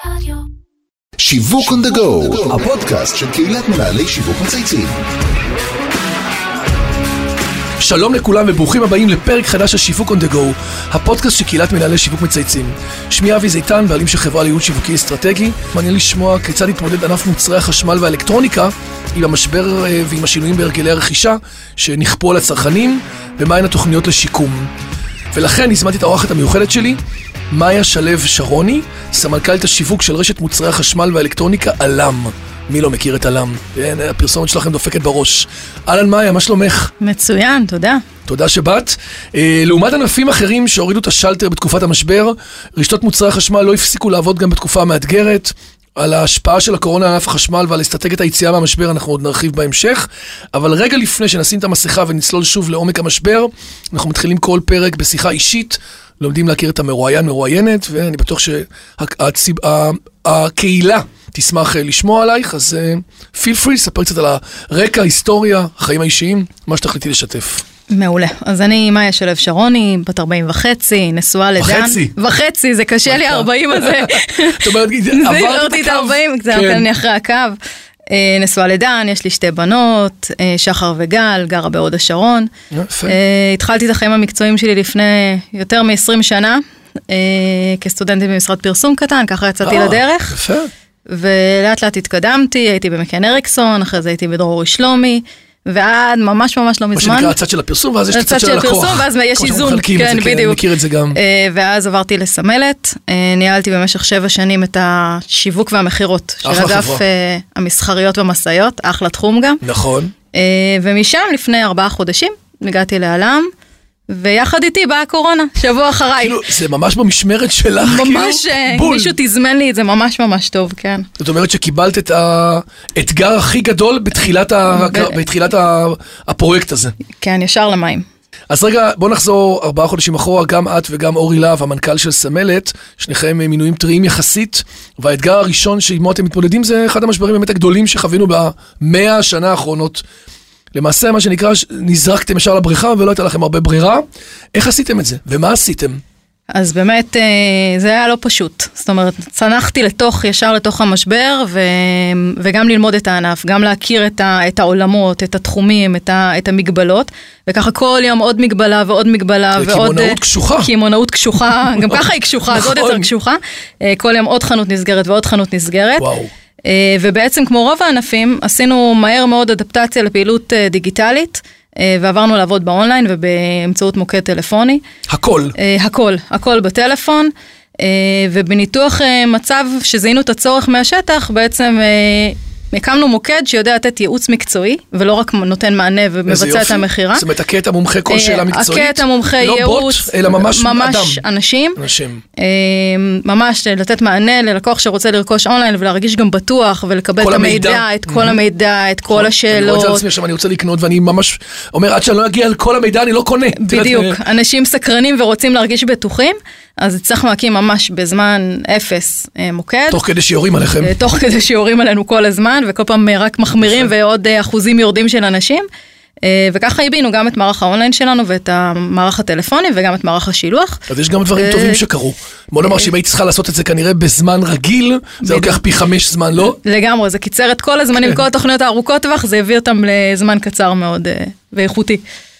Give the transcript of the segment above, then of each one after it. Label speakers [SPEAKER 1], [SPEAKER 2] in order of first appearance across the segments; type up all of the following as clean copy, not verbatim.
[SPEAKER 1] שיווק on the go, הפודקאסט של קהילת מנהלי שיווק מצייצים.
[SPEAKER 2] שלום לכולם וברוכים הבאים לפרק חדש של שיווק on the go, הפודקאסט של קהילת מנהלי שיווק מצייצים. שמי אבי זיתן, בעלים של חברה לייעוץ שיווקי אסטרטגי. מעניין לשמוע כיצד התמודד ענף מוצרי החשמל והאלקטרוניקה עם המשבר ועם השינויים בהרגלי הרכישה שנכפו על הצרכנים, ומהן התוכניות לשיקום. ולכן הזמנתי את האורחת המיוחדת שלי, מאיה שלו שרוני, סמנכ"לית השיווק של רשת מוצרי החשמל והאלקטרוניקה אלם. מי לא מכיר את אלם? הפרסומת שלכם דופקת בראש. אהלן מאיה, מה שלומך?
[SPEAKER 3] מצוין, תודה.
[SPEAKER 2] תודה שבאת. לעומת ענפים אחרים שהורידו את השלטר בתקופת המשבר, רשתות מוצרי החשמל לא הפסיקו לעבוד גם בתקופה המאתגרת. על ההשפעה של הקורונה על ענף החשמל ועל אסטרטגיית היציאה מהמשבר אנחנו עוד נרחיב בהמשך, אבל רגע לפני שנשים את המסכה ונצלול שוב לעומק המשבר, אנחנו מתחילים כל פרק בשיחה אישית, לומדים להכיר את המרואיין, מרואיינת, ואני בטוח שהקהילה תשמח לשמוע עלייך, אז feel free, ספר קצת על הרקע, ההיסטוריה, החיים האישיים, מה שתחליטי לשתף.
[SPEAKER 3] מעולה. אז אני מאיה שלו שרוני, בת 40 וחצי, נשואה לדן. וחצי, זה קשה לי 40 הזה.
[SPEAKER 2] זאת אומרת, עברתי את הקו.
[SPEAKER 3] אני אחרי הקו. נשואה לדן, יש לי שתי בנות, שחר וגל, גרה בהוד השרון. התחלתי את החיים המקצועיים שלי לפני יותר מ-20 שנה, כסטודנטית במשרד פרסום קטן, ככה יצאתי לדרך.
[SPEAKER 2] יפה.
[SPEAKER 3] ולאט לאט התקדמתי, הייתי במקן אריקסון, אחרי זה הייתי בדרורי שלומי, ועד ממש לא מזמן.
[SPEAKER 2] מה שנקרא הצד של הפרסום, ואז יש את הצד של הלקוח.
[SPEAKER 3] ואז יש איזון,
[SPEAKER 2] כן, בדיוק. מכיר את זה גם.
[SPEAKER 3] ואז עברתי לסמלת, ניהלתי במשך 7 שנים את השיווק והמחירות, של אגף המסחריות והמסעיות, אחלה תחום גם.
[SPEAKER 2] נכון.
[SPEAKER 3] ומשם לפני 4 חודשים, הגעתי לעלם, ויחד איתי באה הקורונה, שבוע אחריי.
[SPEAKER 2] כאילו, זה ממש במשמרת שלך,
[SPEAKER 3] ממש, מישהו תזמן לי את זה ממש טוב, כן.
[SPEAKER 2] זאת אומרת שקיבלת את האתגר הכי גדול בתחילת הפרויקט הזה.
[SPEAKER 3] כן, ישר למים.
[SPEAKER 2] אז רגע, בוא נחזור 4 חודשים אחורה, גם את וגם אורי להב, המנכ"ל של סמלת, שניכם מינויים טריים יחסית, והאתגר הראשון שעימו אתם מתמודדים זה אחד המשברים באמת הגדולים שחווינו ב100 השנה האחרונות. למעשה, מה שנקרא, נזרקתם ישר לבריכה ולא הייתה לכם הרבה ברירה. איך עשיתם את זה? ומה עשיתם?
[SPEAKER 3] אז באמת, זה היה לא פשוט. זאת אומרת, צנחתי ישר לתוך המשבר, וגם ללמוד את הענף, גם להכיר את העולמות, את התחומים, את המגבלות, וככה כל יום עוד מגבלה ועוד מגבלה.
[SPEAKER 2] וכימונאות קשוחה.
[SPEAKER 3] כימונאות קשוחה, גם ככה היא קשוחה, אז עוד יותר קשוחה. כל יום עוד חנות נסגרת ועוד חנות נסגרת.
[SPEAKER 2] וואו.
[SPEAKER 3] ובעצם כמו רוב הענפים, עשינו מהר מאוד אדפטציה לפעילות דיגיטלית, ועברנו לעבוד באונליין ובאמצעות מוקד טלפוני. הכל בטלפון, ובניתוח מצב שזיהינו את הצורך מהשטח, בעצם הקמנו מוקד שיודע לתת ייעוץ מקצועי, ולא רק נותן מענה ומבצע את המחירה.
[SPEAKER 2] זאת אומרת, הקט המומחה כל שאלה מקצועית.
[SPEAKER 3] הקט המומחה ייעוץ.
[SPEAKER 2] לא בוט, אלא ממש
[SPEAKER 3] אנשים. ממש לתת מענה ללקוח שרוצה לרכוש אונליין, ולהרגיש גם בטוח, ולקבל את המידע, את כל המידע, את כל השאלות.
[SPEAKER 2] אני רוצה לעצמי עכשיו, אני רוצה לקנות, ואני ממש אומר, עד שאני לא אגיע על כל המידע, אני לא קונה.
[SPEAKER 3] בדיוק. אנשים סקרנים ורוצים להרגיש בטוחים, אז צריך להקים ממש בזמן 0 מוקד.
[SPEAKER 2] תוך כדי שיורים עליכם.
[SPEAKER 3] תוך כדי שיורים עלינו כל הזמן, וכל פעם רק מחמירים ועוד אחוזים יורדים של אנשים. וככה הבינו גם את מערך האונליין שלנו, ואת המערך הטלפוני, וגם את מערך השילוח.
[SPEAKER 2] אז יש גם דברים טובים שקרו. בוא נאמר שאם הייתי צריכה לעשות את זה כנראה בזמן רגיל, זה לוקח פי 5 זמן, לא?
[SPEAKER 3] לגמרי, זה קיצר את כל הזמנים, כל התוכניות הארוכות טווח, זה הביא אותם לזמן קצר מאוד ואיכותי.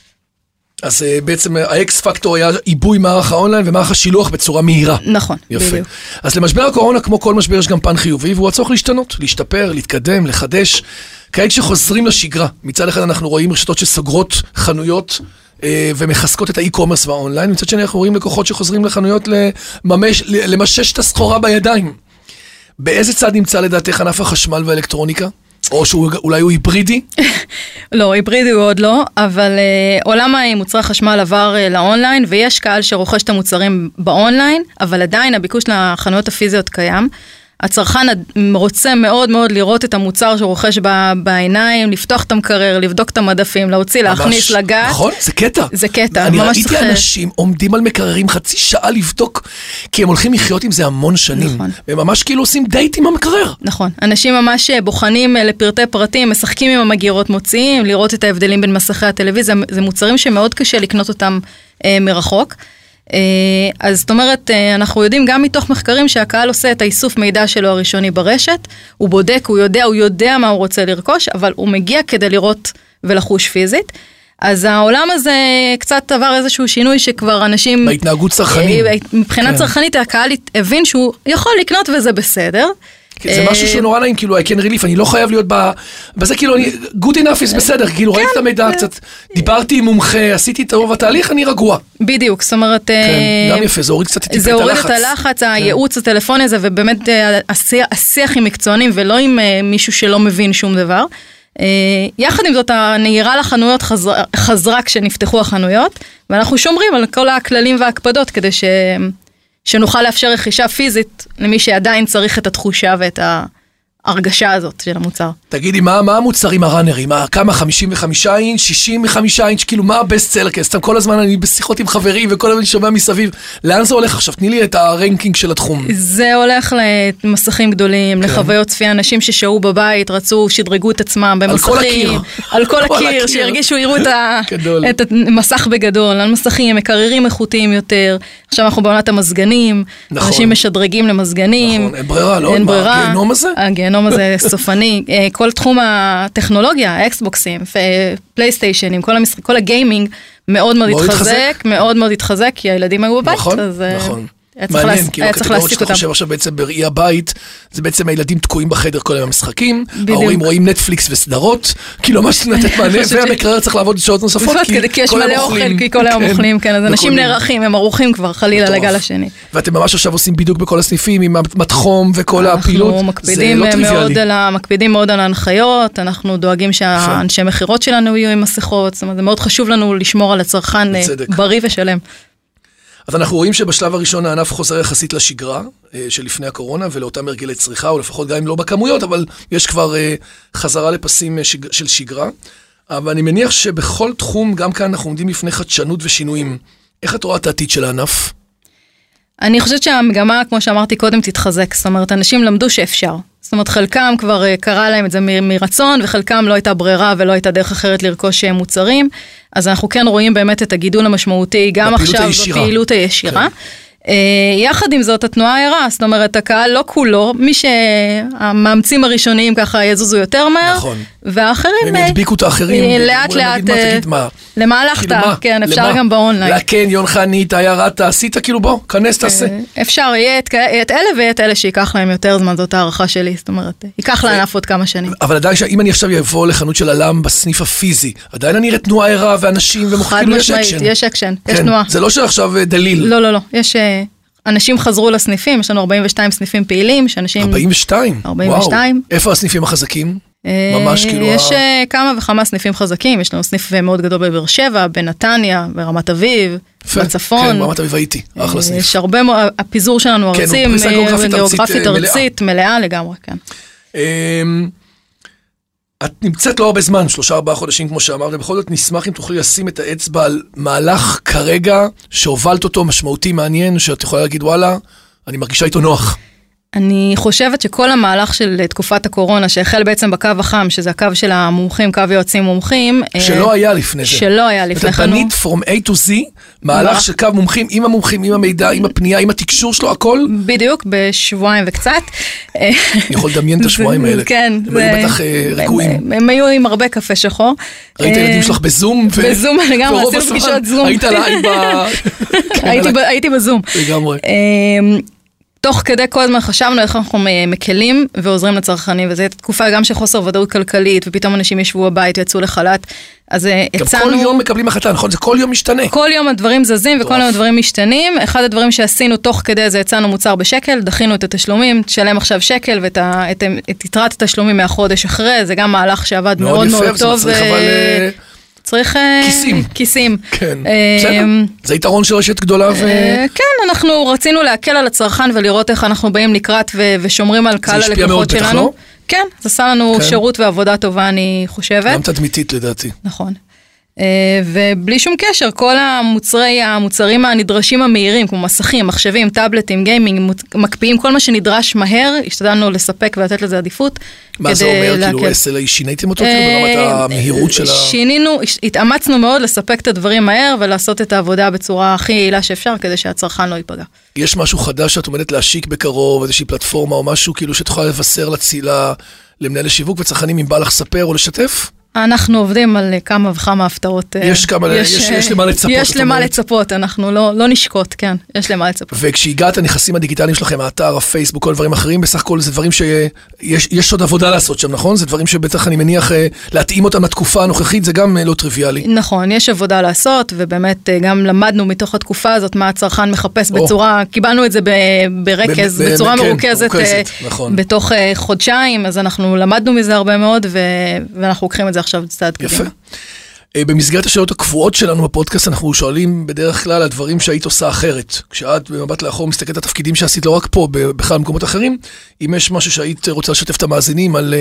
[SPEAKER 2] אז בעצם האקס פקטור היה עיבוי מערך האונליין ומערך השילוח בצורה מהירה.
[SPEAKER 3] נכון,
[SPEAKER 2] יפה.
[SPEAKER 3] בדיוק.
[SPEAKER 2] אז למשבר הקורונה, כמו כל משבר, יש גם פן חיובי, והוא הצורך להשתנות, להשתפר, להתקדם, לחדש. כעת שחוזרים לשגרה, מצד אחד אנחנו רואים רשתות שסוגרות חנויות ומחזקות את האי-קומרס והאונליין, מצד שני אנחנו רואים לקוחות שחוזרים לחנויות למשש את הסחורה בידיים. באיזה צד נמצא לדעתך ענף החשמל והאלקטרוניקה? או שאולי הוא היברידי?
[SPEAKER 3] לא, היברידי הוא עוד לא, אבל עולם מוצרי חשמל עבר לאונליין, ויש קהל שרוכש את המוצרים באונליין, אבל עדיין הביקוש לחנויות הפיזיות קיים. הצרכן רוצה מאוד מאוד לראות את המוצר שהוא רוכש בעיניים, לפתוח את המקרר, לבדוק את המדפים, להוציא, להכניס לגעת.
[SPEAKER 2] נכון, זה קטע.
[SPEAKER 3] זה קטע.
[SPEAKER 2] אני ראיתי אנשים עומדים על מקררים חצי שעה לבדוק, כי הם הולכים לחיות עם זה המון שנים. נכון. והם ממש כאילו עושים דייט עם המקרר.
[SPEAKER 3] נכון. אנשים ממש בוחנים לפרטי פרטים, משחקים עם המגירות, מוציאים, לראות את ההבדלים בין מסכי הטלוויזיה. זה מוצרים שמאוד קשה לקנות אותם מרחוק. אז זאת אומרת, אנחנו יודעים גם מתוך מחקרים שהקהל עושה את האיסוף מידע שלו הראשוני ברשת, הוא בודק, הוא יודע מה הוא רוצה לרכוש, אבל הוא מגיע כדי לראות ולחוש פיזית. אז העולם הזה קצת עבר איזשהו שינוי שכבר אנשים...
[SPEAKER 2] בהתנהגות צרכנים.
[SPEAKER 3] מבחינת צרכנית, הקהל הבין שהוא יכול לקנות וזה בסדר.
[SPEAKER 2] זה משהו שנורא נעים, כאילו, I can relief, אני לא חייב להיות בזה, כאילו, good enough is בסדר, כאילו, ראיתי את המידע קצת, דיברתי עם מומחה, עשיתי את רוב התהליך, אני רגוע.
[SPEAKER 3] בדיוק, זאת אומרת...
[SPEAKER 2] גם יפה, זה הוריד קצת טיפה את הלחץ.
[SPEAKER 3] זה הוריד את הלחץ, הייעוץ הטלפוני הזה, ובאמת השיח עם מקצוענים, ולא עם מישהו שלא מבין שום דבר. יחד עם זאת, הנהירה לחנויות חזרה כשנפתחו החנויות, ואנחנו שומרים על כל הכללים וההקפדות, כדי שנוכל לאפשר רכישה פיזית למי שעדיין צריך את התחושה ואת ההרגשה הזאת של המוצר.
[SPEAKER 2] תגידי, מה המוצרים הראנרים? כמה 55 אינץ', 65 אינץ', כאילו מה הבסט סלר? כי סתם כל הזמן אני בשיחות עם חברים וכל הזמן אני שומע מסביב. לאן זה הולך עכשיו? תני לי את הרנקינג של התחום.
[SPEAKER 3] זה הולך למסכים גדולים, לחוויות צפייה, אנשים ששהו בבית, רצו, שדרגו את עצמם במסכים. על כל הקיר, שירגישו, יראו את המסך בגדול, על מסכים, מקררים איכותיים יותר. עכשיו אנחנו בעונת המזגנים, אנשים משדרגים למזגנים.
[SPEAKER 2] נכון, אין ברירה, לא? אין ברירה. הגיהנום הזה?
[SPEAKER 3] הגיהנום הזה סופני. כל תחום הטכנולוגיה, האקסבוקסים, פלייסטיישנים, כל הגיימינג מאוד מאוד התחזק, מאוד מאוד התחזק, כי הילדים היו בבית.
[SPEAKER 2] נכון, נכון. מעניין, כאילו הקטגוריות שאתה חושב עכשיו בעצם בראי הבית, זה בעצם הילדים תקועים בחדר כל היום המשחקים, ההורים רואים נטפליקס וסדרות, כאילו ממש לתת מענה, והמקרר צריך לעבוד שעות נוספות,
[SPEAKER 3] כי יש מלא אוכל, כי כל היום אוכלים, כן, אז אנשים נערכים, הם ערוכים כבר חלילה לגל השני.
[SPEAKER 2] ואתם ממש עכשיו עושים בדיוק בכל הסניפים, עם המתחום וכל הפעילות, זה לא טריוויאלי.
[SPEAKER 3] מקפידים מאוד על ההנחיות, אנחנו דואגים שהאנשי מחירות שלנו יהיו עם מסכות, זאת אומרת, זה מאוד חשוב לנו לשמור על הצרכן בריא ושלם.
[SPEAKER 2] אז אנחנו רואים שבשלב הראשון הענף חוזר יחסית לשגרה שלפני הקורונה ולאותם הרגלי צריכה, או לפחות גם אם לא בכמויות, אבל יש כבר חזרה לפסים של שגרה. אבל אני מניח שבכל תחום, גם כאן אנחנו עומדים לפני חדשנות ושינויים. איך את רואה את העתיד של הענף?
[SPEAKER 3] אני חושבת שהמגמה, כמו שאמרתי קודם, תתחזק. זאת אומרת, אנשים למדו שאפשר. זאת אומרת, חלקם כבר קרה להם את זה מרצון, וחלקם לא הייתה ברירה ולא הייתה דרך אחרת לרכוש מוצרים. אז אנחנו כן רואים באמת את הגידול המשמעותי, גם עכשיו בפעילות הישירה. יחד עם זאת, התנועה הערה, זאת אומרת, הקהל לא כולו, מי שהמאמצים הראשוניים ככה יזוזו יותר מהר, והאחרים...
[SPEAKER 2] הם ידביקו את האחרים,
[SPEAKER 3] לאט לאט, למה הלכת? כן, אפשר גם באונליין.
[SPEAKER 2] לקניון, חנית, ירדת, עשית, כאילו בוא, כנס, תעשה.
[SPEAKER 3] אפשר, יהיה את אלה ויהיה את אלה שיקח להם יותר זמן, זאת הערכה שלי, זאת אומרת, ייקח לענף עוד כמה שנים.
[SPEAKER 2] אבל עדיין שאם אני עכשיו אבוא לחנות של אלם בסניף הפיזי, עדיין אני אראה תנועה ערה ואנשים ומוכרים,
[SPEAKER 3] יש אקשן, יש תנועה.
[SPEAKER 2] זה לא שעכשיו דליל.
[SPEAKER 3] לא, לא, לא, יש אנשים חזרו לסניפים, יש לנו 42 סניפים פעילים, שאנשים...
[SPEAKER 2] 42?
[SPEAKER 3] 42.
[SPEAKER 2] וואו. איפה הסניפים החזקים? ממש כאילו...
[SPEAKER 3] יש כמה וכמה סניפים חזקים, יש לנו סניף מאוד גדול בבאר שבע, בנתניה, ברמת אביב, בצפון.
[SPEAKER 2] כן, ברמת אביב הייתי, אחלה סניף.
[SPEAKER 3] יש הרבה, הפיזור שלנו ארצים, גיאוגרפית ארצית, מלאה לגמרי, כן.
[SPEAKER 2] את נמצאת לא הרבה זמן, 3-4 חודשים כמו שאמרת, ובכל זאת נשמח אם תוכלי לשים את האצבע על מהלך כרגע, שהובלת אותו משמעותי מעניין, שאת יכולה להגיד וואלה, אני מרגישה איתו נוח.
[SPEAKER 3] אני חושבת שכל המהלך של תקופת הקורונה, שהחל בעצם בקו החם, שזה הקו של המומחים, קו יועצים מומחים.
[SPEAKER 2] שלא היה לפני זה.
[SPEAKER 3] שלא היה לפני כן.
[SPEAKER 2] אתה בנית from A to Z, מהלך של קו מומחים, עם המידע, עם הפנייה, עם התקשור שלו, הכל.
[SPEAKER 3] בדיוק, בשבועיים וקצת.
[SPEAKER 2] אני יכול לדמיין את השבועיים האלה.
[SPEAKER 3] כן.
[SPEAKER 2] הם היו בטח רגועים.
[SPEAKER 3] הם היו עם הרבה קפה שחור.
[SPEAKER 2] ראית הילדים שלך בזום?
[SPEAKER 3] בזום, לגמרי, עשינו פגישות זום.
[SPEAKER 2] היית לייב
[SPEAKER 3] הייתי בזום.
[SPEAKER 2] לגמרי.
[SPEAKER 3] תוך כדי כל הזמן חשבנו איך אנחנו מקלים ועוזרים לצרכנים, וזו הייתה תקופה גם של חוסר ודאות כלכלית, ופתאום אנשים ישבו בבית ויצאו לחל"ת, אז הצענו...
[SPEAKER 2] גם כל יום מקבלים החלטה, נכון? זה כל יום משתנה.
[SPEAKER 3] כל יום הדברים זזים וכל יום הדברים משתנים. אחד הדברים שעשינו תוך כדי זה, הצענו מוצר בשקל, דחינו את התשלומים, תשלם עכשיו שקל, ואת יתרת התשלומים מהחודש אחרי, זה גם מהלך שעבד מאוד מאוד טוב. צריך כיסים.
[SPEAKER 2] כן, בסדר. זה יתרון של רשת גדולה
[SPEAKER 3] כן, אנחנו רצינו להקל על הצרכן ולראות איך אנחנו באים לקראת ושומרים על קהל הלקוחות שלנו. זה השפיע מאוד בטח, לא? כן, זה עשה לנו שירות ועבודה טובה, אני חושבת.
[SPEAKER 2] גם תדמיתית לדעתי.
[SPEAKER 3] נכון. ובלי שום קשר, כל המוצרים הנדרשים המהירים, כמו מסכים, מחשבים, טאבלטים, גיימינג, מקפיאים כל מה שנדרש מהר, השתדלנו לספק ולתת לזה עדיפות.
[SPEAKER 2] מה זה אומר? כאילו, שיניתם אותו ברמת המהירות של
[SPEAKER 3] שינינו, התאמצנו מאוד לספק את הדברים מהר, ולעשות את העבודה בצורה הכי יעילה שאפשר, כדי שהצרכן לא ייפגע.
[SPEAKER 2] יש משהו חדש שאת עומדת להשיק בקרוב, איזושהי פלטפורמה או משהו, כאילו שתוכל לבשר למנהל השיווק וצרכנים אם בא לך לספר או לשתף?
[SPEAKER 3] אנחנו עובדים על כמה וכמה הפתעות.
[SPEAKER 2] יש למה לצפות.
[SPEAKER 3] יש למה לצפות, אנחנו לא נשקוט, כן, יש למה לצפות.
[SPEAKER 2] וכשהגעת הנכסים הדיגיטליים שלכם, האתר, הפייסבוק, כל דברים אחרים, בסך הכל זה דברים שיש עוד עבודה לעשות שם, נכון? זה דברים שבטח אני מניח להתאים אותם לתקופה הנוכחית, זה גם לא טריוויאלי.
[SPEAKER 3] נכון, יש עבודה לעשות, ובאמת גם למדנו מתוך התקופה הזאת מה הצרכן מחפש בצורה, קיבלנו את זה ברקז, בצורה מרוכזת, בתוך חודשיים, אז אנחנו למדנו מזה הרבה מאוד, ואנחנו לוקחים את זה עכשיו צעד קדימה.
[SPEAKER 2] יפה. במסגרת השאלות הקבועות שלנו בפודקאסט, אנחנו שואלים בדרך כלל על הדברים שהיית עושה אחרת. כשאת במבט לאחור מסתכלת על התפקידים שעשית לא רק פה, בכלל במקומות אחרים, אם יש משהו שהיית רוצה לשתף את המאזינים על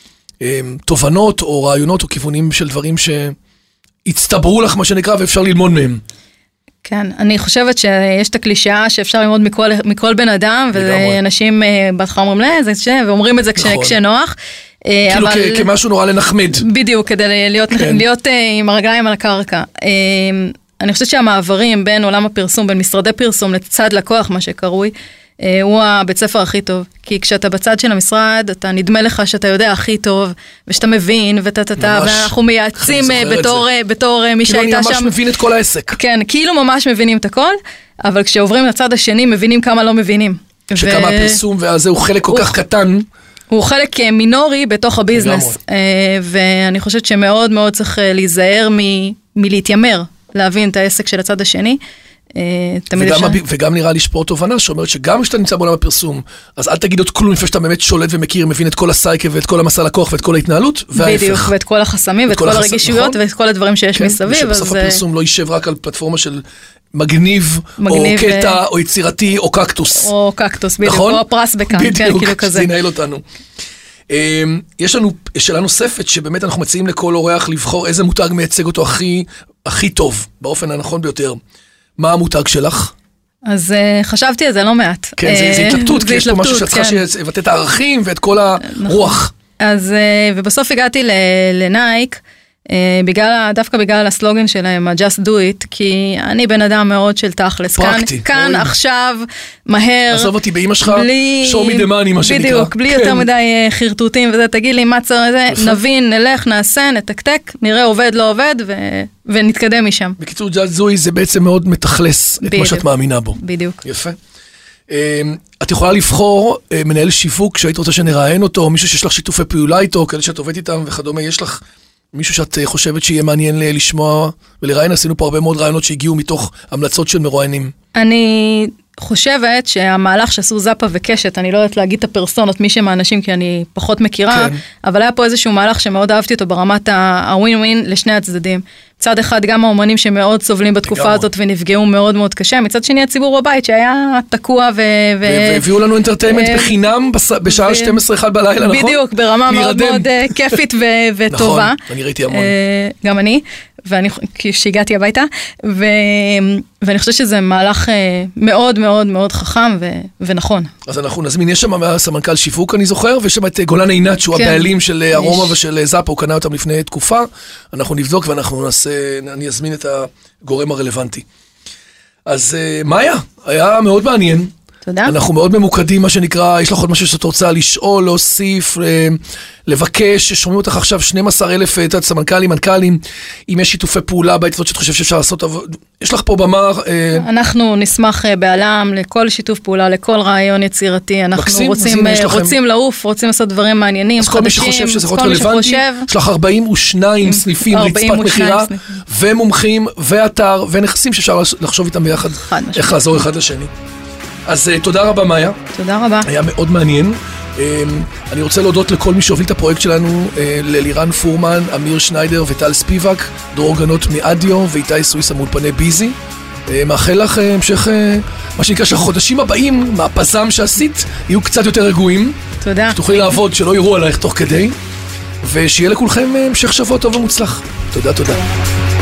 [SPEAKER 2] תובנות או רעיונות או כיוונים של דברים שהצטברו לך, מה שנקרא, ואפשר ללמוד מהם.
[SPEAKER 3] כן, אני חושבת שיש את הקלישאה שאפשר ללמוד מכל בן אדם, ואנשים בהתחלה אומרים ואומרים את זה כשנוח.
[SPEAKER 2] כאילו כמשהו נורא לנחמד.
[SPEAKER 3] בדיוק, כדי להיות עם הרגליים על הקרקע. אני חושבת שהמעברים בין עולם הפרסום, בין משרדי פרסום לצד לקוח, מה שקרוי, הוא הבית ספר הכי טוב. כי כשאתה בצד של המשרד, אתה נדמה לך שאתה יודע הכי טוב, ושאתה מבין, ואנחנו מייעצים בתור מי שהייתה שם.
[SPEAKER 2] כאילו אני ממש מבין את כל העסק.
[SPEAKER 3] כן, כאילו ממש מבינים את הכל, אבל כשעוברים לצד השני, מבינים כמה לא מבינים.
[SPEAKER 2] שכמה הפרסום, וזה הוא חלק כל כך קטן.
[SPEAKER 3] הוא חלק מינורי בתוך הביזנס, ואני חושבת שמאוד מאוד צריך להיזהר מלהתיימר, להבין את העסק של הצד השני.
[SPEAKER 2] וגם נראה לי שפה תובנה שאומרת שגם כשאתה נמצא בעולם הפרסום, אז אל תגיד עוד כלום לפני שאתה באמת שולט ומכיר, מבין את כל הסייקל ואת כל המסע לקוח ואת כל ההתנהלות, וההפך.
[SPEAKER 3] בדיוק, ואת כל החסמים ואת כל הרגישויות ואת כל הדברים שיש מסביב.
[SPEAKER 2] ושבסוף הפרסום לא יישב רק על פלטפורמה של מגניב, או קטע, או יצירתי, או קקטוס.
[SPEAKER 3] או קקטוס, בדיוק, או הפרס בכאן, כן, כאילו כזה.
[SPEAKER 2] זה ינהל אותנו. יש לנו שאלה נוספת, שבאמת אנחנו מציעים לכל אורח לבחור איזה מותג מייצג אותו הכי טוב, באופן הנכון ביותר. מה המותג שלך?
[SPEAKER 3] אז חשבתי על זה לא מעט.
[SPEAKER 2] כן, זה התלבטות, כי יש פה משהו שאת צריכה שיבטא את הערכים ואת כל הרוח.
[SPEAKER 3] אז, ובסוף הגעתי לנייק, דווקא בגלל הסלוגן שלהם, ה-Just Do It, כי אני בן אדם מאוד של תכלס.
[SPEAKER 2] פרקטי.
[SPEAKER 3] כאן, עכשיו, מהר.
[SPEAKER 2] עזוב אותי באמא שלך, show me the money, מה שנקרא.
[SPEAKER 3] בדיוק, בלי יותר מדי חרטוטים וזה, תגיד לי מה צריך זה, נבין, נלך, נעשה, נתקתק, נראה עובד, לא עובד, ונתקדם משם.
[SPEAKER 2] בקיצור, Just Do It זה בעצם מאוד מתכלס את מה שאת מאמינה בו.
[SPEAKER 3] בדיוק.
[SPEAKER 2] יפה. את יכולה לבחור מנהל שיווק שהיית רוצה שנראיין אותו, או מישהו שיש לך שיתופי פעולה איתו, כאלה שאת עובדת איתם וכדומה, יש לך מישהו שאת חושבת שיהיה מעניין לשמוע ולראיין? עשינו פה הרבה מאוד רעיונות שהגיעו מתוך המלצות של מרואיינים.
[SPEAKER 3] אני חושבת שהמהלך שעשו זאפה וקשת, אני לא יודעת להגיד את הפרסונות, מי שמאנשים כי אני פחות מכירה, כן. אבל היה פה איזשהו מהלך שמאוד אהבתי אותו ברמת הווין-ווין לשני הצדדים. מצד אחד גם האומנים שמאוד סובלים בתקופה הזאת ונפגעו מאוד מאוד קשה, מצד שני הציבור בבית שהיה תקוע
[SPEAKER 2] והביאו לנו אינטרטיימנט בחינם בשעה 12:00 בלילה, נכון?
[SPEAKER 3] בדיוק, ברמה מאוד מאוד כיפית וטובה.
[SPEAKER 2] נכון, אני ראיתי המון.
[SPEAKER 3] גם אני, כשהגעתי הביתה, ואני חושבת שזה מהלך מאוד מאוד מאוד חכם ונכון.
[SPEAKER 2] אז אנחנו נזמין, יש שם סמנכ"ל שיווק אני זוכר, ויש שם את גולן עינת שהוא הבעלים של ארומה ושל זאפה, הוא קנה אותם לפני תקופה, אנחנו נבדוק ואנחנו אני אזמין את הגורם הרלוונטי. אז מאיה, היה מאוד מעניין.
[SPEAKER 3] תודה.
[SPEAKER 2] אנחנו מאוד ממוקדים, מה שנקרא, יש לך עוד משהו שאת רוצה לשאול, להוסיף, לבקש, שומעים אותך עכשיו 12,000 סמנכ"לים, מנכ"לים, אם יש שיתופי פעולה בעצות שאת חושב שאפשר לעשות, יש לך פה במה.
[SPEAKER 3] אנחנו נשמח בעלם לכל שיתוף פעולה, לכל רעיון יצירתי, אנחנו רוצים לעוף, רוצים לעשות דברים מעניינים,
[SPEAKER 2] אז כל מי שחושב שזה יכול להיות רלוונטי, יש לך 42 סניפים רצפת מחירה, ומומחים, ואתר, ונכסים שאפשר לחשוב איתם ביחד, איך לעזור אחד לשני. אז תודה רבה מאיה.
[SPEAKER 3] תודה רבה.
[SPEAKER 2] היה מאוד מעניין. אני רוצה להודות לכל מי שהוביל את הפרויקט שלנו, ללירן פורמן, אמיר שניידר וטל ספיבק, דרור גנות מאדיו ואיתי סוויסה מאולפני ביזי. מאחל לך המשך, מה שנקרא שהחודשים הבאים מהפזם שעשית יהיו קצת יותר רגועים.
[SPEAKER 3] תודה.
[SPEAKER 2] שתוכלי לעבוד, שלא יראו עלייך תוך כדי, ושיהיה לכולכם המשך שבוע טוב ומוצלח. תודה, תודה.